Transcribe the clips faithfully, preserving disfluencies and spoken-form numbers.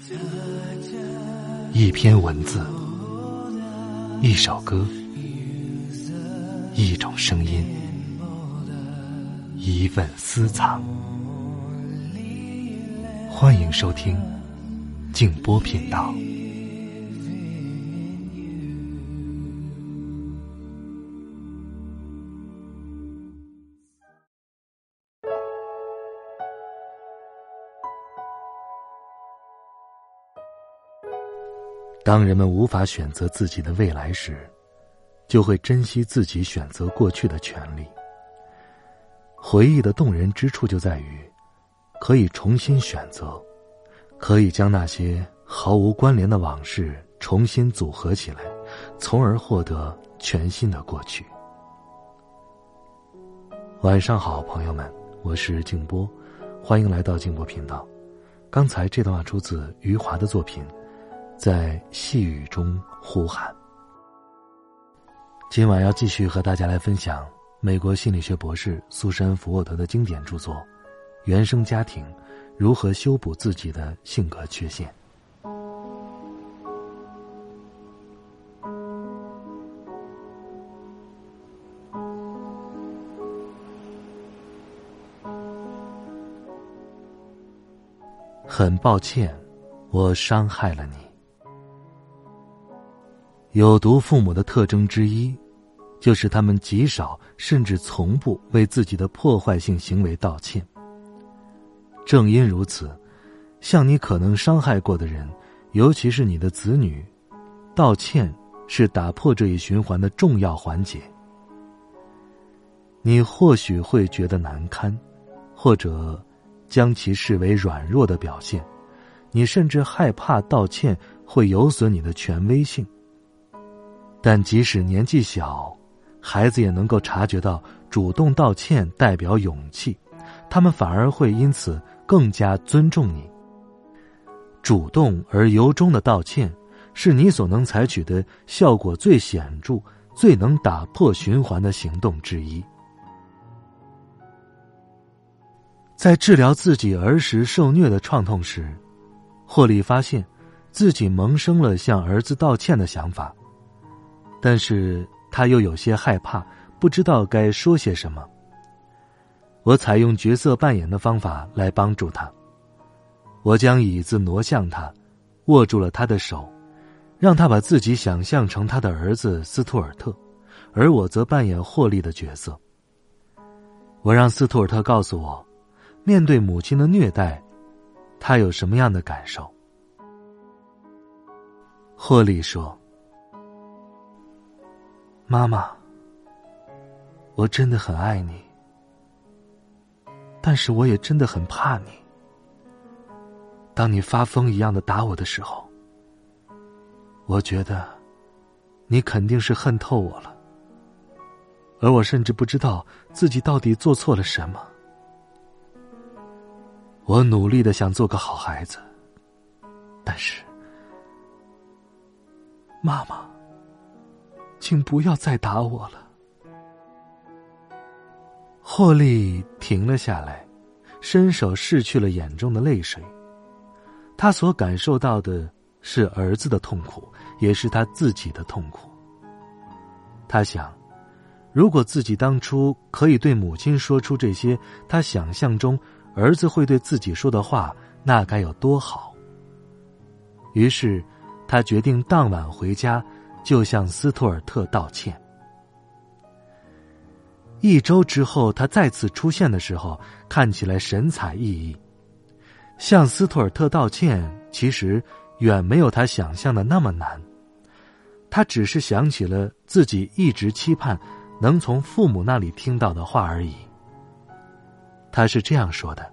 一篇文字，一首歌，一种声音，一份私藏。欢迎收听静波频道。当人们无法选择自己的未来时，就会珍惜自己选择过去的权利。回忆的动人之处就在于，可以重新选择，可以将那些毫无关联的往事重新组合起来，从而获得全新的过去。晚上好，朋友们，我是静波，欢迎来到静波频道。刚才这段话出自余华的作品在细雨中呼喊。今晚要继续和大家来分享美国心理学博士苏珊·福沃德的经典著作《原生家庭如何修补自己的性格缺陷》。很抱歉，我伤害了你。有毒父母的特征之一，就是他们极少甚至从不为自己的破坏性行为道歉。正因如此，向你可能伤害过的人，尤其是你的子女，道歉是打破这一循环的重要环节。你或许会觉得难堪，或者将其视为软弱的表现，你甚至害怕道歉会有损你的权威性。但即使年纪小，孩子也能够察觉到主动道歉代表勇气，他们反而会因此更加尊重你。主动而由衷的道歉，是你所能采取的效果最显著、最能打破循环的行动之一。在治疗自己儿时受虐的创痛时，霍利发现自己萌生了向儿子道歉的想法，但是他又有些害怕，不知道该说些什么。我采用角色扮演的方法来帮助他。我将椅子挪向他，握住了他的手，让他把自己想象成他的儿子斯图尔特，而我则扮演霍利的角色。我让斯图尔特告诉我，面对母亲的虐待，他有什么样的感受。霍利说，妈妈，我真的很爱你，但是我也真的很怕你。当你发疯一样的打我的时候，我觉得你肯定是恨透我了，而我甚至不知道自己到底做错了什么。我努力地想做个好孩子，但是，妈妈，请不要再打我了。霍利停了下来，伸手拭去了眼中的泪水。他所感受到的是儿子的痛苦，也是他自己的痛苦。他想，如果自己当初可以对母亲说出这些他想象中儿子会对自己说的话，那该有多好。于是他决定当晚回家就向斯图尔特道歉。一周之后，他再次出现的时候，看起来神采奕奕。向斯图尔特道歉，其实远没有他想象的那么难。他只是想起了自己一直期盼能从父母那里听到的话而已。他是这样说的：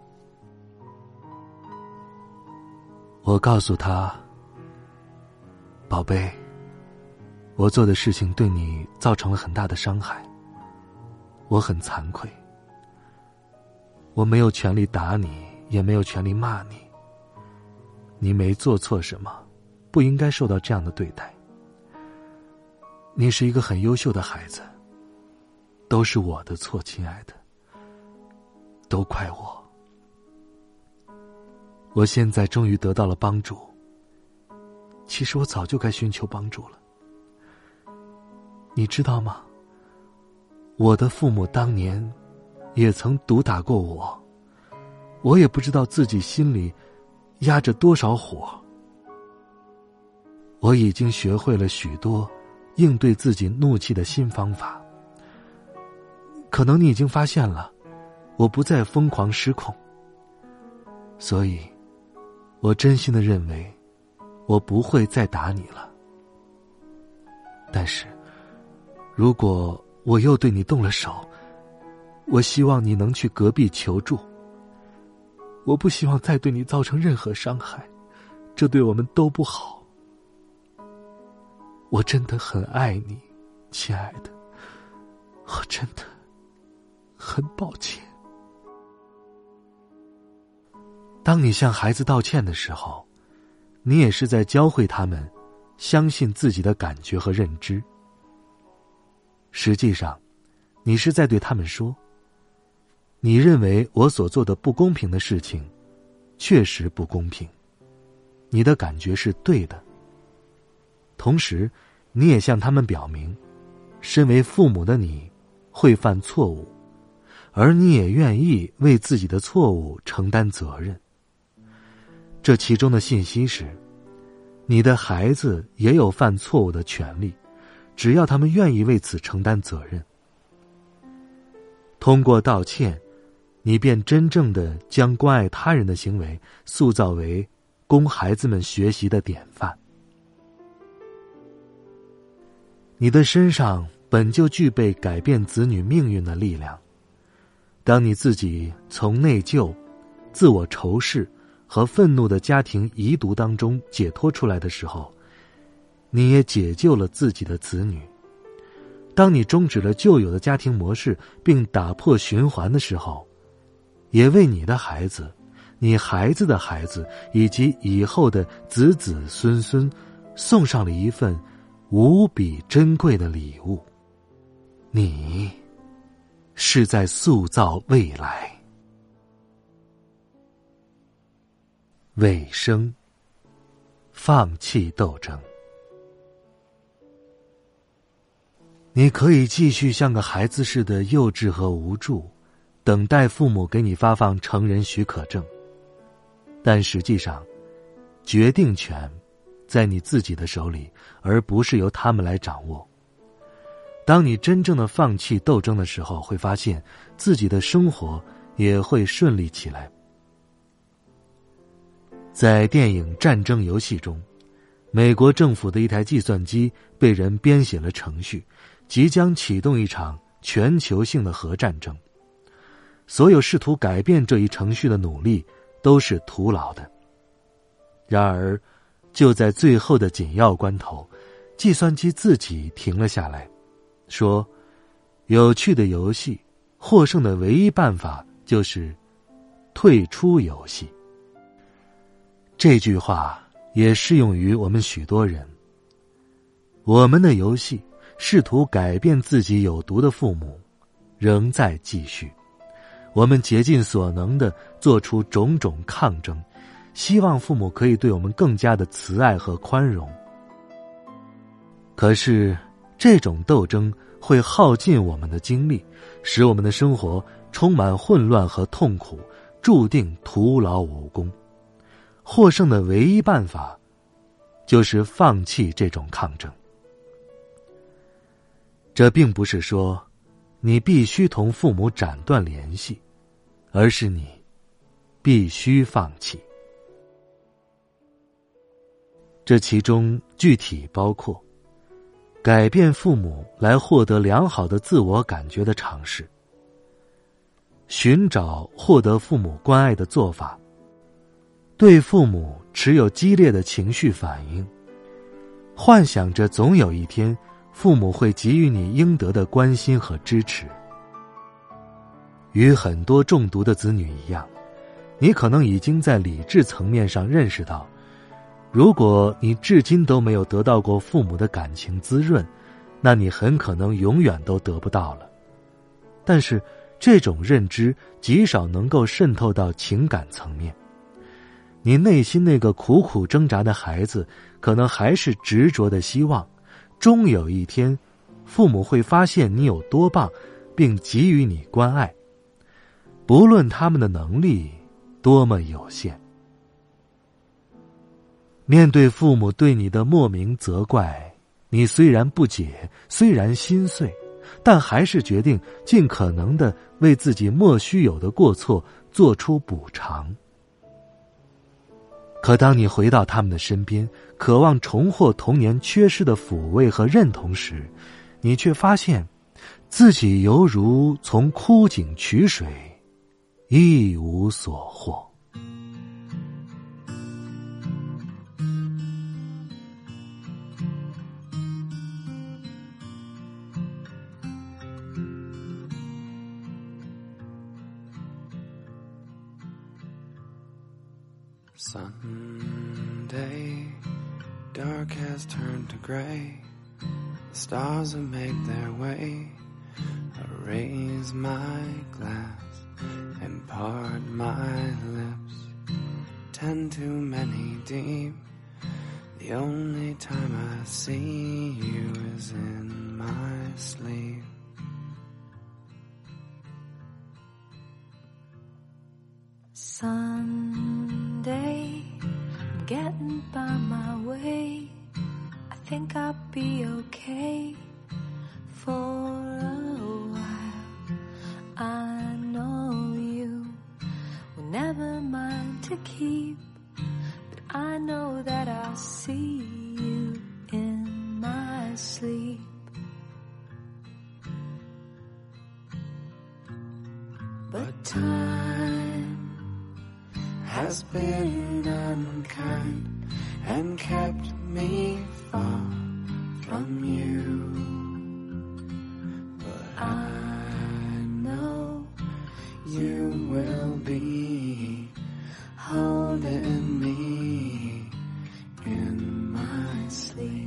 我告诉他，宝贝，我做的事情对你造成了很大的伤害，我很惭愧，我没有权利打你，也没有权利骂你，你没做错什么，不应该受到这样的对待。你是一个很优秀的孩子，都是我的错，亲爱的，都怪我。我现在终于得到了帮助， 其实我早就该寻求帮助了。你知道吗？我的父母当年也曾毒打过我，我也不知道自己心里压着多少火。我已经学会了许多应对自己怒气的新方法。可能你已经发现了，我不再疯狂失控。所以，我真心的认为，我不会再打你了。但是，如果我又对你动了手，我希望你能去隔壁求助。我不希望再对你造成任何伤害，这对我们都不好。我真的很爱你，亲爱的，我真的很抱歉。当你向孩子道歉的时候，你也是在教会他们相信自己的感觉和认知。实际上，你是在对他们说，你认为我所做的不公平的事情确实不公平，你的感觉是对的。同时，你也向他们表明，身为父母的你会犯错误，而你也愿意为自己的错误承担责任。这其中的信息是，你的孩子也有犯错误的权利，只要他们愿意为此承担责任。通过道歉，你便真正的将关爱他人的行为塑造为供孩子们学习的典范。你的身上本就具备改变子女命运的力量。当你自己从内疚、自我仇视和愤怒的家庭遗毒当中解脱出来的时候，你也解救了自己的子女。当你终止了旧有的家庭模式并打破循环的时候，也为你的孩子、你孩子的孩子以及以后的子子孙孙送上了一份无比珍贵的礼物。你是在塑造未来。尾声，放弃斗争。你可以继续像个孩子似的幼稚和无助，等待父母给你发放成人许可证。但实际上，决定权在你自己的手里，而不是由他们来掌握。当你真正的放弃斗争的时候，会发现自己的生活也会顺利起来。在电影《战争游戏》中，美国政府的一台计算机被人编写了程序，即将启动一场全球性的核战争。所有试图改变这一程序的努力都是徒劳的。然而，就在最后的紧要关头，计算机自己停了下来，说：有趣的游戏，获胜的唯一办法就是退出游戏。这句话也适用于我们许多人。我们的游戏试图改变自己有毒的父母仍在继续，我们竭尽所能地做出种种抗争，希望父母可以对我们更加的慈爱和宽容。可是这种斗争会耗尽我们的精力，使我们的生活充满混乱和痛苦，注定徒劳无功。获胜的唯一办法就是放弃这种抗争。这并不是说你必须同父母斩断联系，而是你必须放弃。这其中具体包括改变父母来获得良好的自我感觉的尝试，寻找获得父母关爱的做法，对父母持有激烈的情绪反应，幻想着总有一天父母会给予你应得的关心和支持。与很多中毒的子女一样，你可能已经在理智层面上认识到，如果你至今都没有得到过父母的感情滋润，那你很可能永远都得不到了。但是这种认知极少能够渗透到情感层面。 你内心那个苦苦挣扎的孩子，可能还是执着的希望，终有一天，父母会发现你有多棒，并给予你关爱，不论他们的能力多么有限。面对父母对你的莫名责怪，你虽然不解，虽然心碎，但还是决定尽可能的为自己莫须有的过错做出补偿。可当你回到他们的身边，渴望重获童年缺失的抚慰和认同时，你却发现自己犹如从枯井取水，一无所获。 Sunday, dark has turned to gray. The stars have made their way. I raise my glass and part my lips. Ten too many deep. The only time I see you is in my sleep. Sunday, I'm getting by my way. I think I'll be okay for a while. I know you will never mind to keep, but I know that I'll see you in my sleep. But time has been unkind and kept me far from you. But I know you will be holding me in my sleep.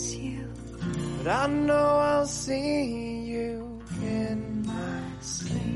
But I know I'll see you in my sleep.